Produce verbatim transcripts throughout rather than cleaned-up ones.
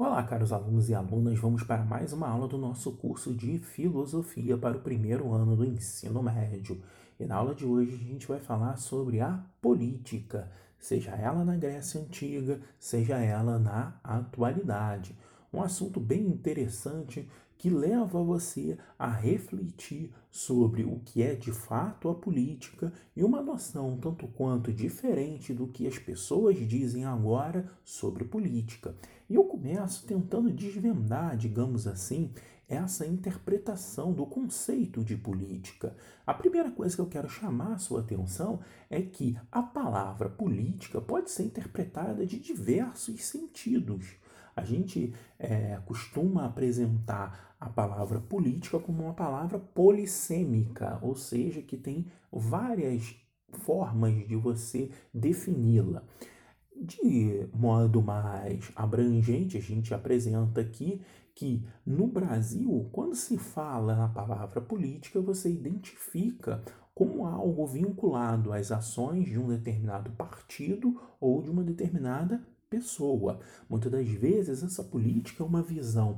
Olá, caros alunos e alunas, vamos para mais uma aula do nosso curso de Filosofia para o primeiro ano do ensino médio. E na aula de hoje a gente vai falar sobre a política, seja ela na Grécia Antiga, seja ela na atualidade. Um assunto bem interessante que leva você a refletir sobre o que é de fato a política e uma noção tanto quanto diferente do que as pessoas dizem agora sobre política. E eu começo tentando desvendar, digamos assim, essa interpretação do conceito de política. A primeira coisa que eu quero chamar a sua atenção é que a palavra política pode ser interpretada de diversos sentidos. A gente é, costuma apresentar a palavra política como uma palavra polissêmica, ou seja, que tem várias formas de você defini-la. De modo mais abrangente, a gente apresenta aqui que no Brasil, quando se fala na palavra política, você identifica como algo vinculado às ações de um determinado partido ou de uma determinada pessoa. Muitas das vezes, essa política é uma visão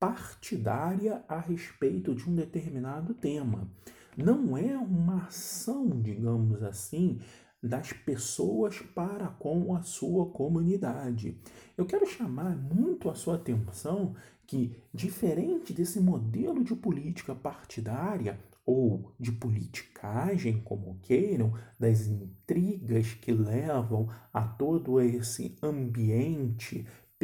partidária a respeito de um determinado tema. Não é uma ação, digamos assim, das pessoas para com a sua comunidade. Eu quero chamar muito a sua atenção que, diferente desse modelo de política partidária ou de politicagem, como queiram, das intrigas que levam a todo esse ambiente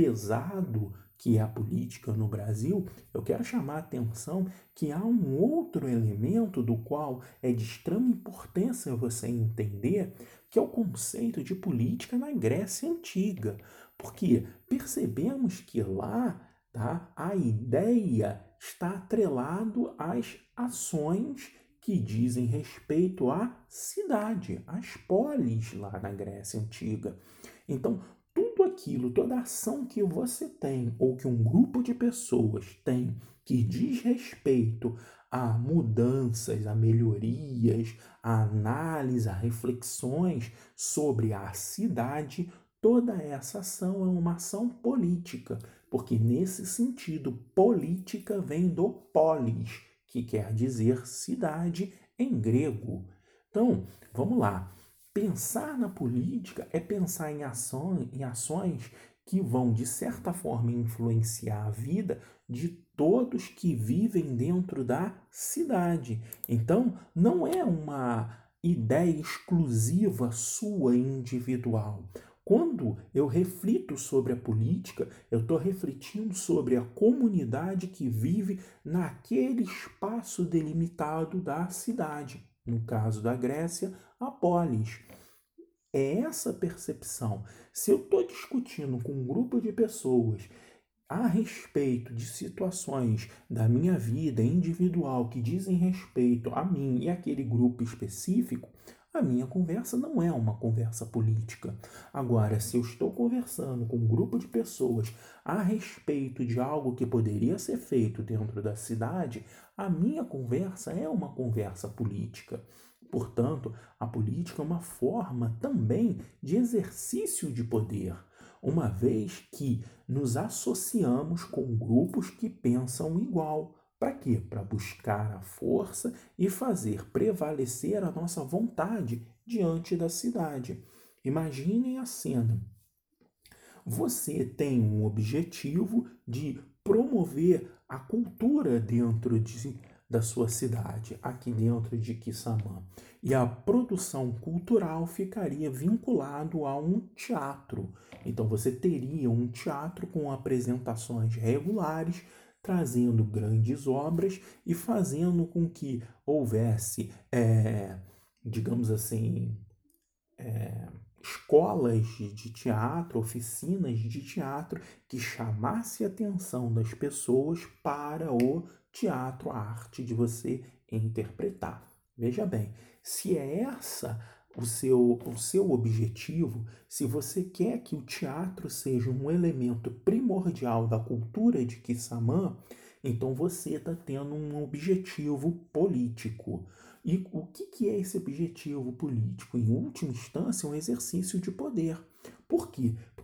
pesado que é a política no Brasil, eu quero chamar a atenção que há um outro elemento do qual é de extrema importância você entender, que é o conceito de política na Grécia Antiga. Porque percebemos que lá, tá, a ideia está atrelado às ações que dizem respeito à cidade, às polis lá na Grécia Antiga. Então, tudo aquilo, toda ação que você tem ou que um grupo de pessoas tem que diz respeito a mudanças, a melhorias, a análise, a reflexões sobre a cidade, toda essa ação é uma ação política, porque nesse sentido, política vem do polis, que quer dizer cidade em grego. Então, vamos lá. Pensar na política é pensar em, ação, em ações que vão, de certa forma, influenciar a vida de todos que vivem dentro da cidade. Então, não é uma ideia exclusiva sua individual. Quando eu reflito sobre a política, eu estou refletindo sobre a comunidade que vive naquele espaço delimitado da cidade. No caso da Grécia, a polis. É essa percepção. Se eu estou discutindo com um grupo de pessoas a respeito de situações da minha vida individual que dizem respeito a mim e aquele grupo específico, a minha conversa não é uma conversa política. Agora, se eu estou conversando com um grupo de pessoas a respeito de algo que poderia ser feito dentro da cidade, a minha conversa é uma conversa política. Portanto, a política é uma forma também de exercício de poder, uma vez que nos associamos com grupos que pensam igual. Para quê? Para buscar a força e fazer prevalecer a nossa vontade diante da cidade. Imaginem a cena. Você tem um objetivo de promover a cultura dentro de, da sua cidade, aqui dentro de Quissamã. E a produção cultural ficaria vinculado a um teatro. Então você teria um teatro com apresentações regulares, trazendo grandes obras e fazendo com que houvesse, é, digamos assim, é, escolas de teatro, oficinas de teatro que chamasse a atenção das pessoas para o teatro, a arte de você interpretar. Veja bem, se é essa o seu, o seu objetivo, se você quer que o teatro seja um elemento primordial da cultura de Quissamã, então você está tendo um objetivo político. E o que é esse objetivo político? Em última instância, é um exercício de poder. Por quê?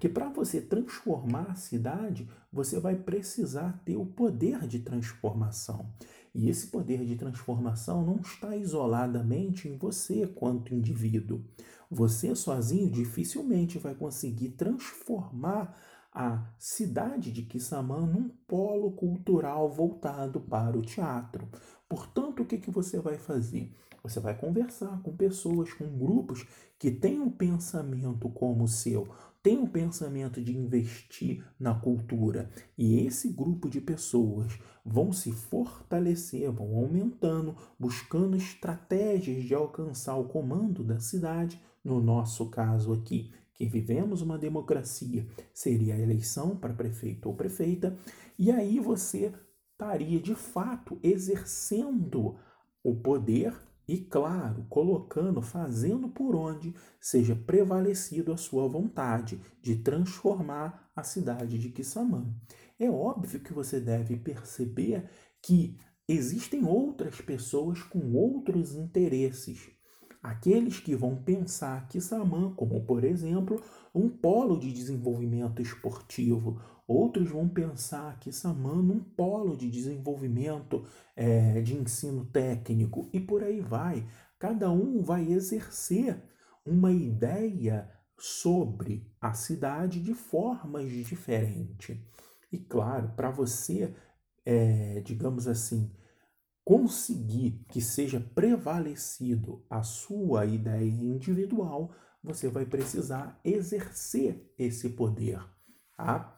Porque para você transformar a cidade, você vai precisar ter o poder de transformação. E esse poder de transformação não está isoladamente em você quanto indivíduo. Você sozinho dificilmente vai conseguir transformar a cidade de Quissamã num polo cultural voltado para o teatro. Portanto, o que, que você vai fazer? Você vai conversar com pessoas, com grupos que têm um pensamento como o seu, têm um pensamento de investir na cultura. E esse grupo de pessoas vão se fortalecer, vão aumentando, buscando estratégias de alcançar o comando da cidade. No nosso caso aqui, que vivemos uma democracia, seria a eleição para prefeito ou prefeita, e aí você estaria de fato exercendo o poder e, claro, colocando, fazendo por onde seja prevalecido a sua vontade de transformar a cidade de Quissamã. É óbvio que você deve perceber que existem outras pessoas com outros interesses. Aqueles que vão pensar Quissamã como, por exemplo, um polo de desenvolvimento esportivo. Outros vão pensar Quissamã num polo de desenvolvimento é, de ensino técnico e por aí vai. Cada um vai exercer uma ideia sobre a cidade de formas diferentes. E claro, para você, é, digamos assim, conseguir que seja prevalecido a sua ideia individual, você vai precisar exercer esse poder, tá?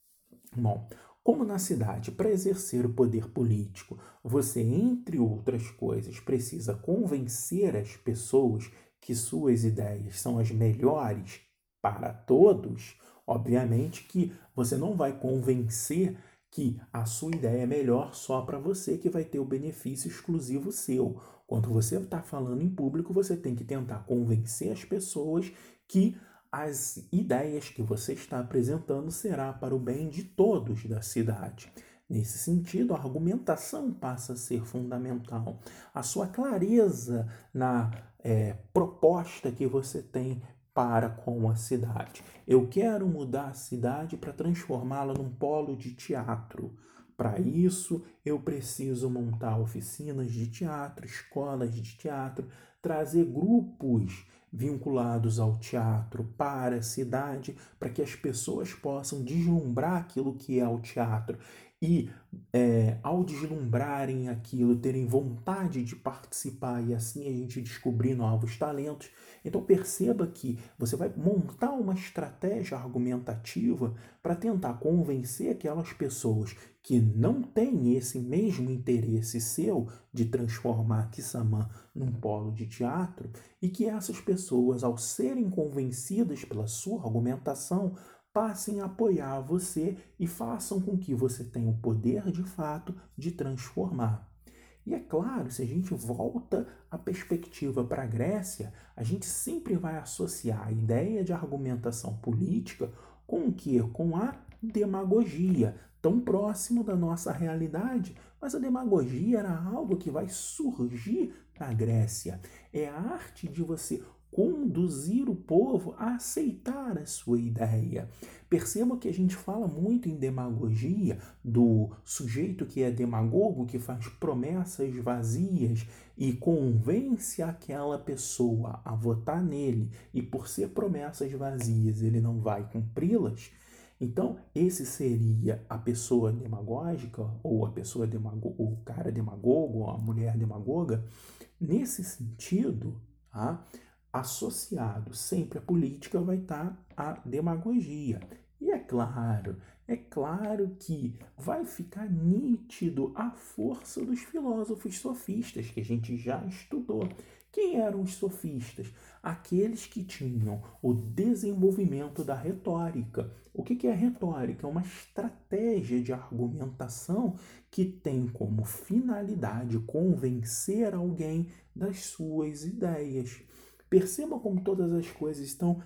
Bom, como na cidade, para exercer o poder político, você, entre outras coisas, precisa convencer as pessoas que suas ideias são as melhores para todos. Obviamente que você não vai convencer que a sua ideia é melhor só para você, que vai ter o benefício exclusivo seu. Quando você está falando em público, você tem que tentar convencer as pessoas que as ideias que você está apresentando será para o bem de todos da cidade. Nesse sentido, a argumentação passa a ser fundamental. A sua clareza na é, proposta que você tem para com a cidade. Eu quero mudar a cidade para transformá-la num polo de teatro. Para isso, eu preciso montar oficinas de teatro, escolas de teatro, trazer grupos vinculados ao teatro para a cidade, para que as pessoas possam deslumbrar aquilo que é o teatro e, é, ao deslumbrarem aquilo, terem vontade de participar e assim a gente descobrir novos talentos. Então perceba que você vai montar uma estratégia argumentativa para tentar convencer aquelas pessoas que não têm esse mesmo interesse seu de transformar Quissamã num polo de teatro e que essas pessoas, ao serem convencidas pela sua argumentação, passem a apoiar você e façam com que você tenha o poder de fato de transformar. E é claro, se a gente volta a perspectiva para a Grécia, a gente sempre vai associar a ideia de argumentação política com o quê? Com a demagogia, tão próximo da nossa realidade, mas a demagogia era algo que vai surgir na Grécia. É a arte de você conduzir o povo a aceitar a sua ideia. Perceba que a gente fala muito em demagogia do sujeito que é demagogo, que faz promessas vazias e convence aquela pessoa a votar nele e por ser promessas vazias ele não vai cumpri-las. Então, esse seria a pessoa demagógica ou a pessoa demago, o cara demagogo, ou a mulher demagoga. Nesse sentido, tá? Associado sempre à política vai estar a demagogia. E é claro, é claro que vai ficar nítido a força dos filósofos sofistas que a gente já estudou. Quem eram os sofistas? Aqueles que tinham o desenvolvimento da retórica. O que é retórica? É uma estratégia de argumentação que tem como finalidade convencer alguém das suas ideias. Perceba como todas as coisas estão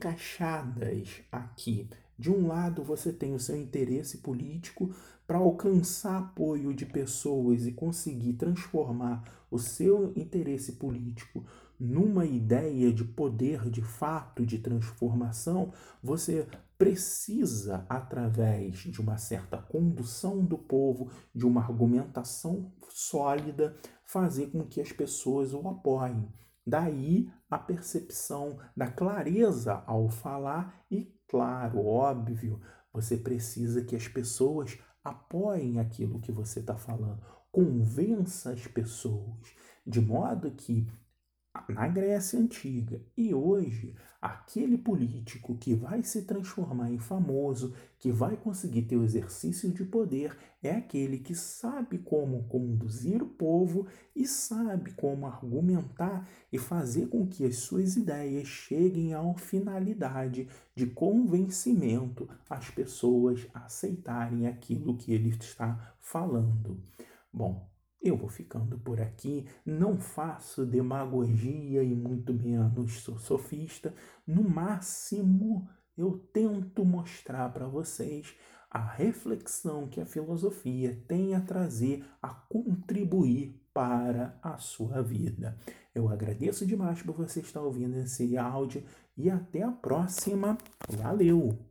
encaixadas aqui. De um lado, você tem o seu interesse político para alcançar apoio de pessoas e conseguir transformar o seu interesse político numa ideia de poder, de fato, de transformação, você precisa, através de uma certa condução do povo, de uma argumentação sólida, fazer com que as pessoas o apoiem. Daí a percepção da clareza ao falar e, claro, óbvio, você precisa que as pessoas apoiem aquilo que você está falando, convença as pessoas, de modo que na Grécia Antiga e hoje, aquele político que vai se transformar em famoso, que vai conseguir ter o exercício de poder, é aquele que sabe como conduzir o povo e sabe como argumentar e fazer com que as suas ideias cheguem à finalidade de convencimento às pessoas aceitarem aquilo que ele está falando. Bom, eu vou ficando por aqui, não faço demagogia e muito menos sou sofista. No máximo, eu tento mostrar para vocês a reflexão que a filosofia tem a trazer, a contribuir para a sua vida. Eu agradeço demais por você estar ouvindo esse áudio e até a próxima. Valeu!